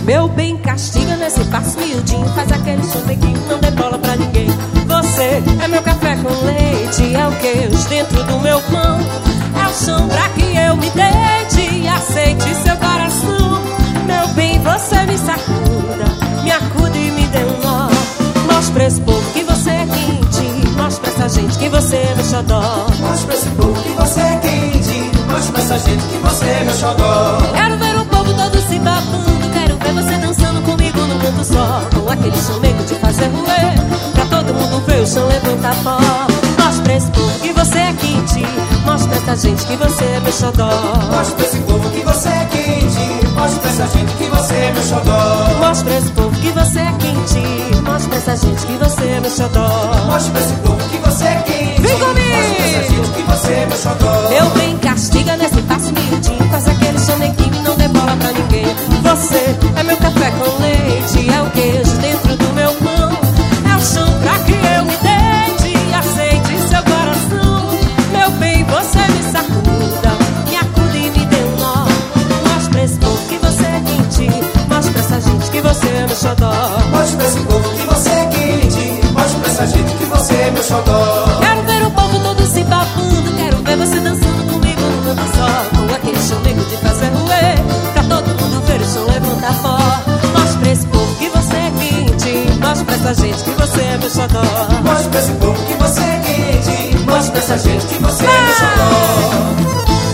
Meu bem, castiga nesse passo miudinho, faz aquele chameguinho, não dê bola pra ninguém. Você é meu café com leite, é o queijo dentro do meu pão, é o chão pra que eu me deite e aceite seu coração. Meu bem, você me sacuda, me acuda e me dê um nó. Mostre pra esse povo que você é quente, mostre pra essa gente que você é meu xodó. Mostre pra esse povo que você é quente, mostre pra essa gente que você é meu xodó. Quero ver o povo todo se babando, quero ver você dançando comigo num canto só, com aquele chamego de fazer ruê, pra todo mundo ver o chão levantar pó. Mostre pra esse povo que você é quente, mostre pra essa gente que você é meu xodó. Mostre pra esse povo que você é quente, mostre pra essa gente que você é meu xodó. Mostre pra esse povo que você é quente, mostre pra essa gente que você é meu xodó. Mostre pra esse povo que você é quente, vem comigo! mostre pra essa gente que você é meu xodó. Meu bem, castiga nesse passo miudinho, faz aquele chameguinho e não dê bola pra ninguém. Você é meu café com leite, é o queijo dentro do meu pão, é o chão pra que eu me deite e aceite seu coração. Meu bem, você me sacuda, me acuda e me dê um nó. Mostre pra esse povo que você é quente, mostre pra essa gente que você é meu xodó. Mostre pra esse povo que você é quente, mostre pra essa gente que você é meu xodó. Quero ver o povo todo se babando, quero ver você dançando comigo no canto só, com aquele chamego de fazer ruê, pra todo mundo ver o chão levantar pó. Mostre pra esse povo que você é quente, mostre pra essa gente que você é meu xodó. Mostre pra esse povo que você é quente, mostre pra essa gente que você é meu xodó.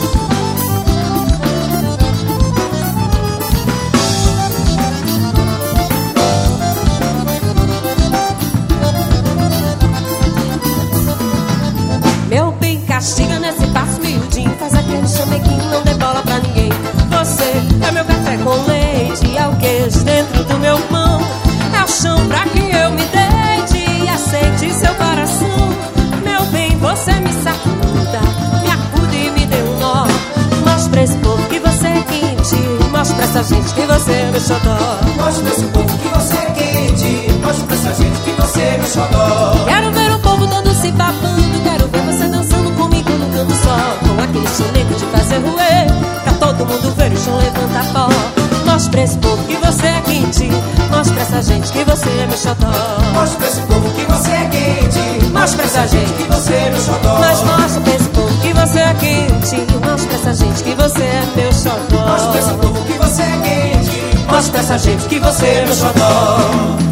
Meu bem, castiga nesse passo miudinho, faz aquele chameguinho, não dê bola pra ninguém. Você é meu café com leite, é o queijo dentro do meu pão, é o chão pra que eu me deite e aceite seu coração. Meu bem, você me sacuda, me acuda e me dê um nó. Mostre pra esse povo que você é quente, mostre pra essa gente que você é meu xodó. Mostre pra esse povo que você é quente, mostre pra essa gente que você é meu xodó. Quero ver o povo todo se babando, quero ver você dançando comigo no canto só, com aquele chamego de fazer ruê, pra todo mundo ver o chão levantar pó. Mostre pra esse povo que você é quente, mostre pra essa gente que você é meu xodó. Mostre pra esse povo que você é quente, mostre pra essa gente que você é meu xodó. Mas mostre pra esse povo que você é quente, mostre pra essa gente que você é meu xodó. Mostre pra esse povo que você é quente, mostre pra essa gente que você é meu xodó.